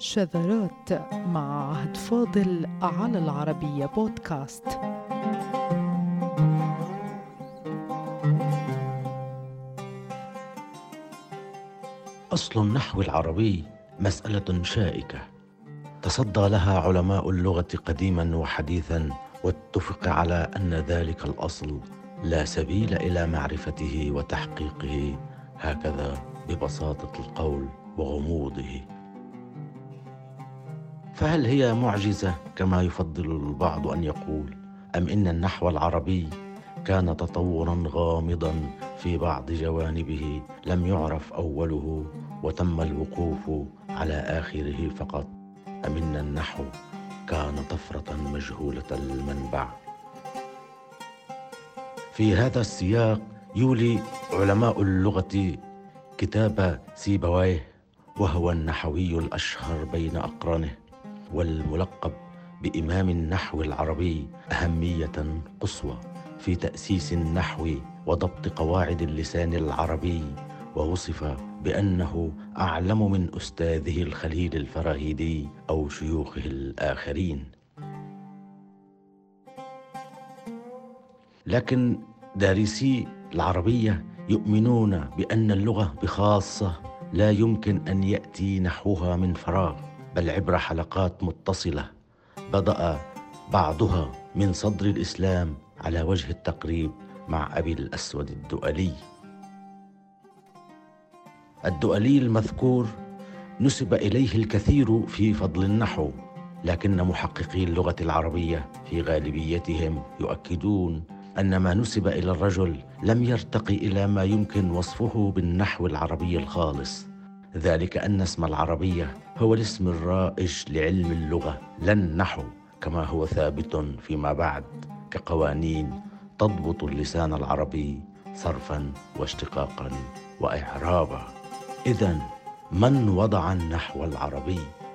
شذرات مع عهد فاضل على العربية بودكاست. أصل النحو العربي مسألة شائكة تصدى لها علماء اللغة قديما وحديثا، واتفق على أن ذلك الأصل لا سبيل إلى معرفته وتحقيقه هكذا ببساطة القول وغموضه. فهل هي معجزة كما يفضل البعض أن يقول، أم إن النحو العربي كان تطوراً غامضاً في بعض جوانبه لم يعرف أوله وتم الوقوف على آخره فقط، أم إن النحو كان طفرة مجهولة المنبع؟ في هذا السياق يولي علماء اللغة كتاب سيبويه، وهو النحوي الأشهر بين أقرانه والملقب بإمام النحو العربي، أهمية قصوى في تأسيس النحو وضبط قواعد اللسان العربي، ووصف بأنه أعلم من أستاذه الخليل الفراهيدي أو شيوخه الآخرين. لكن دارسي العربية يؤمنون بأن اللغة بخاصة لا يمكن أن يأتي نحوها من فراغ، بل عبر حلقات متصلة بدأ بعضها من صدر الإسلام على وجه التقريب مع أبي الأسود الدؤلي. الدؤلي المذكور نسب إليه الكثير في فضل النحو، لكن محققي اللغة العربية في غالبيتهم يؤكدون أن ما نسب إلى الرجل لم يرتقي إلى ما يمكن وصفه بالنحو العربي الخالص، ذلك أن اسم العربية هو الاسم الرائج لعلم اللغة لا النحو، كما هو ثابت فيما بعد كقوانين تضبط اللسان العربي صرفا واشتقاقا وإعرابا. إذن من وضع النحو العربي؟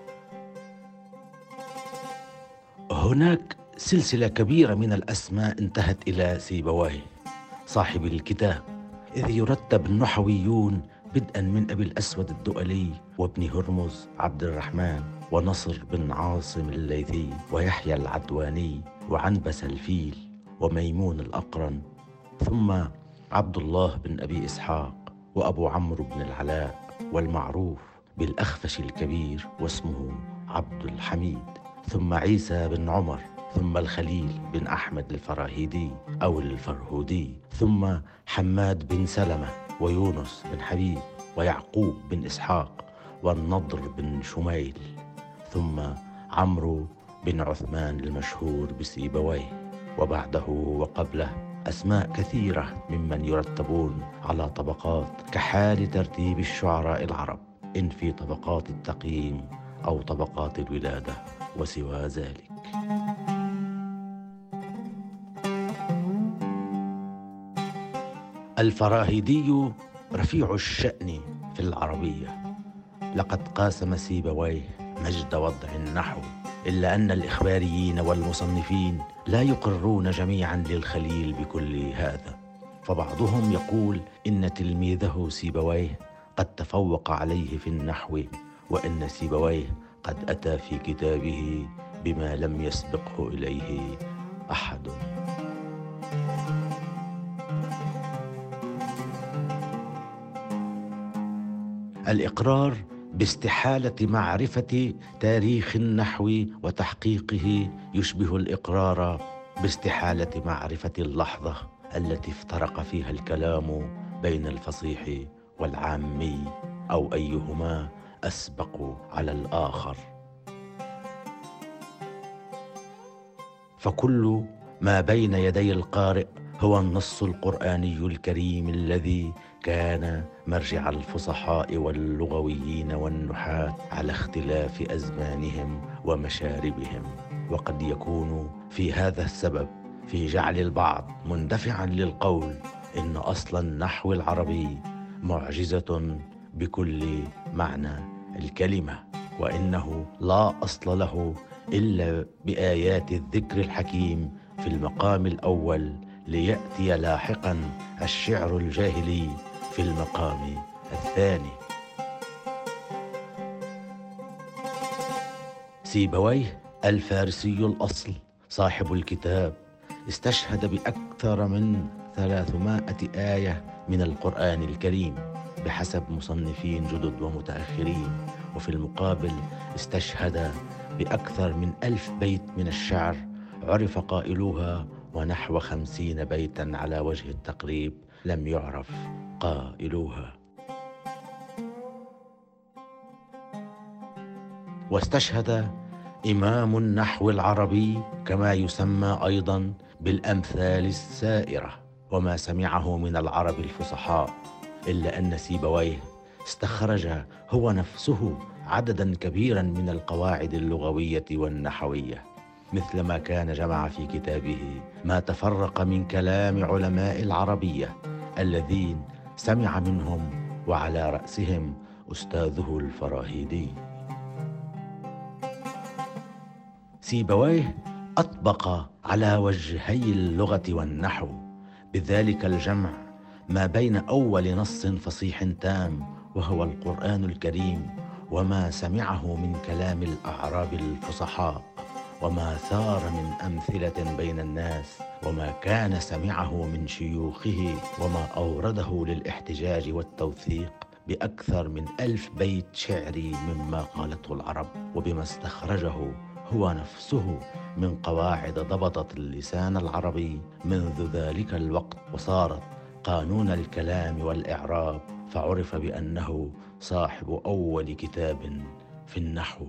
هناك سلسلة كبيرة من الأسماء انتهت إلى سيبويه صاحب الكتاب، إذ يرتب النحويون بدءا من أبي الأسود الدؤلي وابن هرمز عبد الرحمن ونصر بن عاصم الليثي ويحيى العدواني وعنبس الفيل وميمون الأقرن، ثم عبد الله بن أبي إسحاق وأبو عمرو بن العلاء، والمعروف بالأخفش الكبير واسمه عبد الحميد، ثم عيسى بن عمر، ثم الخليل بن أحمد الفراهيدي أو الفرهودي، ثم حماد بن سلمة ويونس بن حبيب ويعقوب بن إسحاق والنضر بن شميل، ثم عمرو بن عثمان المشهور بسيبويه، وبعده وقبله أسماء كثيرة ممن يرتبون على طبقات كحال ترتيب الشعراء العرب، إن في طبقات التقييم أو طبقات الولادة وسوى ذلك. الفراهيدي رفيع الشأن في العربية، لقد قاسم سيبويه مجد وضع النحو، إلا أن الإخباريين والمصنفين لا يقرون جميعا للخليل بكل هذا، فبعضهم يقول إن تلميذه سيبويه قد تفوق عليه في النحو، وإن سيبويه قد أتى في كتابه بما لم يسبقه إليه أحد. الإقرار باستحالة معرفة تاريخ النحو وتحقيقه يشبه الإقرار باستحالة معرفة اللحظة التي افترق فيها الكلام بين الفصيح والعامي، أو أيهما أسبق على الآخر. فكل ما بين يدي القارئ هو النص القرآني الكريم الذي كان مرجع الفصحاء واللغويين والنحاة على اختلاف أزمانهم ومشاربهم، وقد يكون في هذا السبب في جعل البعض مندفعا للقول إن أصل النحو العربي معجزة بكل معنى الكلمة، وإنه لا أصل له إلا بآيات الذكر الحكيم في المقام الأول، ليأتي لاحقا الشعر الجاهلي في المقام الثاني. سيبويه الفارسي الأصل صاحب الكتاب استشهد بأكثر من 300 آية من القرآن الكريم بحسب مصنفين جدد ومتأخرين، وفي المقابل استشهد بأكثر من 1000 بيت من الشعر عرف قائلوها، ونحو 50 بيتا على وجه التقريب لم يعرف قائلوها. واستشهد إمام النحو العربي كما يسمى أيضا بالأمثال السائرة وما سمعه من العرب الفصحاء، إلا أن سيبويه استخرج هو نفسه عددا كبيرا من القواعد اللغوية والنحوية، مثل ما كان جمع في كتابه ما تفرق من كلام علماء العربية الذين سمع منهم وعلى رأسهم أستاذه الفراهيدي. سيبويه أطبق على وجهي اللغة والنحو بذلك الجمع ما بين أول نص فصيح تام وهو القرآن الكريم، وما سمعه من كلام الأعراب الفصحاء، وما ثار من أمثلة بين الناس، وما كان سمعه من شيوخه، وما أورده للاحتجاج والتوثيق بأكثر من 1000 بيت شعري مما قالته العرب، وبما استخرجه هو نفسه من قواعد ضبطت اللسان العربي منذ ذلك الوقت وصارت قانون الكلام والإعراب، فعرف بأنه صاحب أول كتاب في النحو.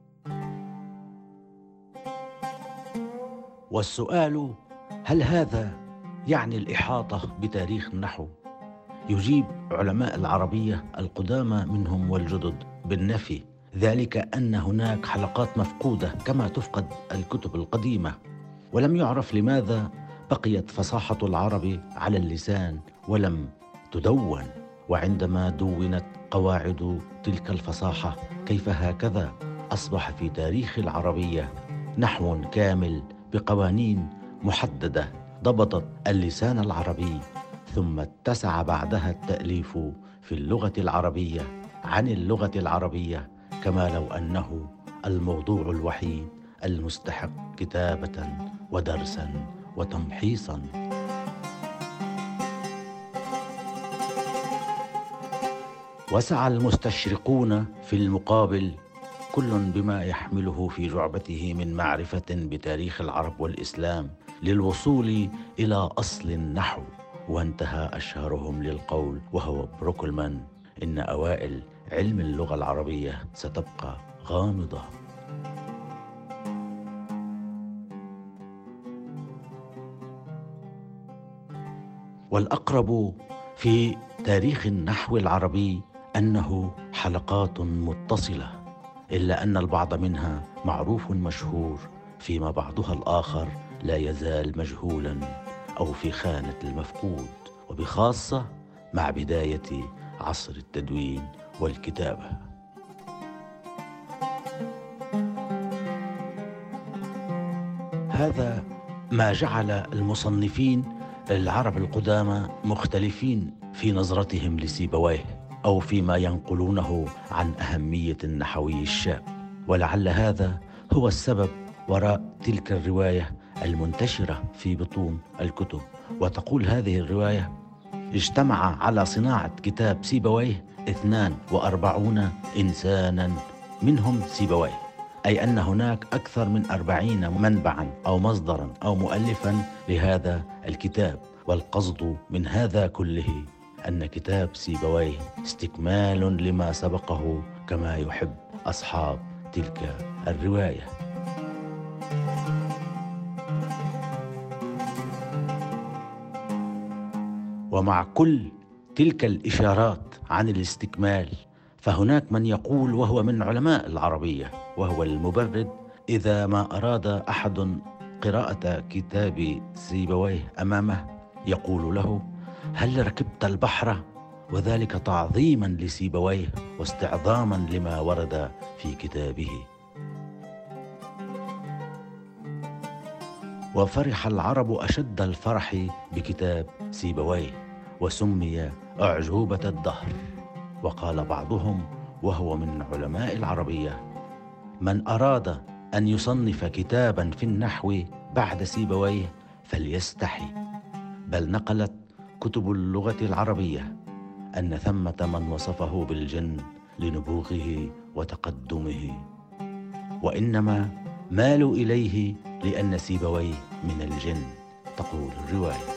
والسؤال: هل هذا يعني الإحاطة بتاريخ النحو؟ يجيب علماء العربية القدامى منهم والجدد بالنفي، ذلك أن هناك حلقات مفقودة كما تفقد الكتب القديمة، ولم يعرف لماذا بقيت فصاحة العرب على اللسان ولم تدون، وعندما دونت قواعد تلك الفصاحة كيف هكذا أصبح في تاريخ العربية نحو كامل بقوانين محددة ضبطت اللسان العربي، ثم اتسع بعدها التأليف في اللغة العربية عن اللغة العربية، كما لو أنه الموضوع الوحيد المستحق كتابة ودرسا وتمحيصا. وسعى المستشرقون في المقابل كل بما يحمله في جعبته من معرفة بتاريخ العرب والإسلام للوصول إلى أصل النحو، وانتهى أشهرهم للقول وهو بروكلمان إن أوائل علم اللغة العربية ستبقى غامضة. والأقرب في تاريخ النحو العربي أنه حلقات متصلة، إلا أن البعض منها معروف مشهور، فيما بعضها الآخر لا يزال مجهولا أو في خانة المفقود، وبخاصة مع بداية عصر التدوين والكتابة. هذا ما جعل المصنفين العرب القدامى مختلفين في نظرتهم لسيبويه أو فيما ينقلونه عن أهمية النحوي الشاب، ولعل هذا هو السبب وراء تلك الرواية المنتشرة في بطون الكتب. وتقول هذه الرواية: اجتمع على صناعة كتاب سيبويه 42 إنسانا منهم سيبويه، أي أن هناك أكثر من 40 منبعا أو مصدرا أو مؤلفا لهذا الكتاب. والقصد من هذا كله أن كتاب سيبويه استكمال لما سبقه كما يحب أصحاب تلك الرواية. ومع كل تلك الإشارات عن الاستكمال، فهناك من يقول وهو من علماء العربية وهو المبرد: إذا ما أراد أحد قراءة كتاب سيبويه أمامه يقول له: هل ركبت البحر؟ وذلك تعظيما لسيبويه واستعظاما لما ورد في كتابه. وفرح العرب أشد الفرح بكتاب سيبويه وسمي أعجوبة الدهر. وقال بعضهم وهو من علماء العربية: من أراد أن يصنف كتابا في النحو بعد سيبويه فليستحي، بل نقلت كتب اللغة العربية أن ثمة من وصفه بالجن لنبوغه وتقدمه، وإنما مالوا إليه لأن سيبويه من الجن، تقول الرواية.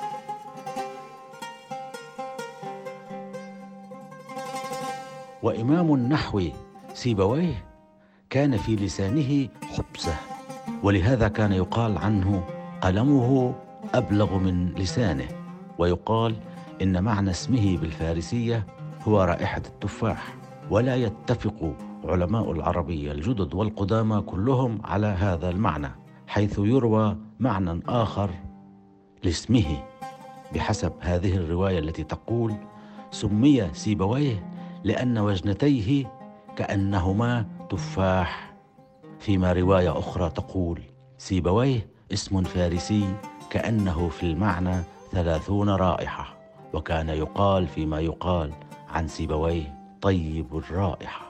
وإمام النحو سيبويه كان في لسانه حبسة، ولهذا كان يقال عنه قلمه أبلغ من لسانه، ويقال إن معنى اسمه بالفارسية هو رائحة التفاح. ولا يتفق علماء العربية الجدد والقدامى كلهم على هذا المعنى، حيث يروى معنى آخر لاسمه بحسب هذه الرواية التي تقول: سمي سيبويه لأن وجنتيه كأنهما تفاح. فيما رواية أخرى تقول: سيبويه اسم فارسي كأنه في المعنى 30 رائحة. وكان يقال فيما يقال عن سيبويه: طيب الرائحة.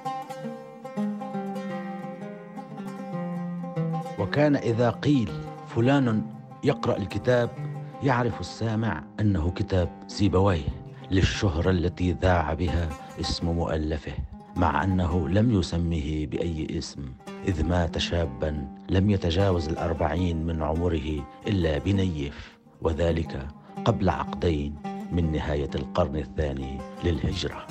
وكان إذا قيل فلان يقرأ الكتاب يعرف السامع أنه كتاب سيبويه، للشهرة التي ذاع بها اسم مؤلفه، مع أنه لم يسمه بأي اسم، إذ مات شابا لم يتجاوز 40 من عمره إلا بنيف، وذلك قبل عقدين من نهاية القرن الثاني للهجرة.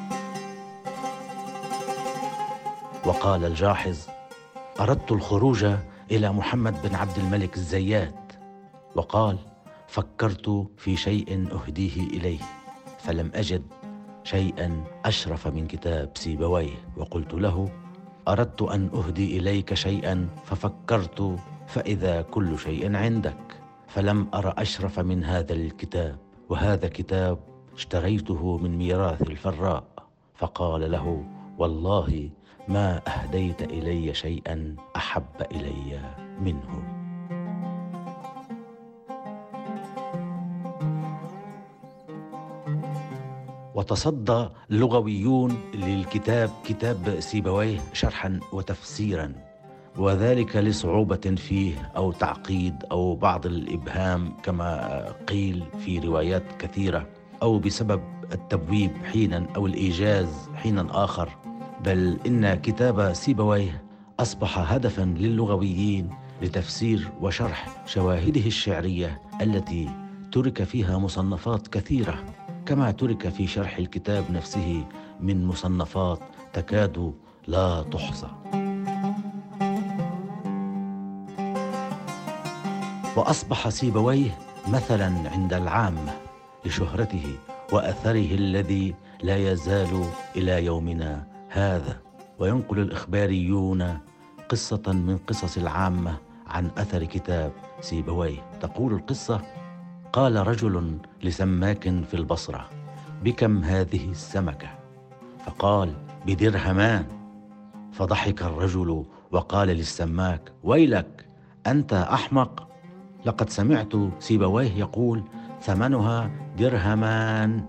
وقال الجاحظ: أردت الخروج إلى محمد بن عبد الملك الزيات، وقال: فكرت في شيء أهديه إليه فلم أجد شيئا أشرف من كتاب سيبويه، وقلت له: أردت أن أهدي إليك شيئا ففكرت فإذا كل شيء عندك، فلم أر أشرف من هذا الكتاب، وهذا كتاب اشتريته من ميراث الفراء. فقال له: والله ما أهديت إلي شيئا أحب إلي منه. وتصدى اللغويون للكتاب كتاب سيبويه شرحا وتفسيرا، وذلك لصعوبة فيه أو تعقيد أو بعض الإبهام كما قيل في روايات كثيرة، أو بسبب التبويب حينا أو الإيجاز حينا آخر، بل إن كتاب سيبويه أصبح هدفا للغويين لتفسير وشرح شواهده الشعرية التي ترك فيها مصنفات كثيرة، كما ترك في شرح الكتاب نفسه من مصنفات تكاد لا تحصى. وأصبح سيبويه مثلا عند العامة لشهرته وأثره الذي لا يزال إلى يومنا هذا. وينقل الإخباريون قصة من قصص العامة عن أثر كتاب سيبويه. تقول القصة: قال رجل لسماك في البصرة: بكم هذه السمكة؟ فقال: ب2 درهم. فضحك الرجل وقال للسماك: ويلك أنت أحمق، لقد سمعت سيبويه يقول ثمنها 2 درهم.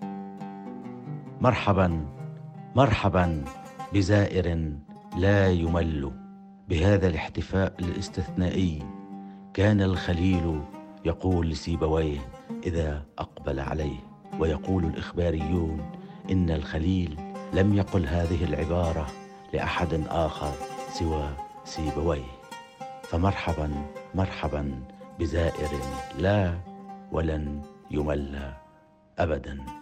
مرحبا مرحبا بزائر لا يمل. بهذا الاحتفاء الاستثنائي كان الخليل يقول لسيبويه إذا أقبل عليه. ويقول الإخباريون إن الخليل لم يقل هذه العبارة لأحد آخر سوى سيبويه. فمرحبا مرحبا بزائر لا ولن يمل أبدا.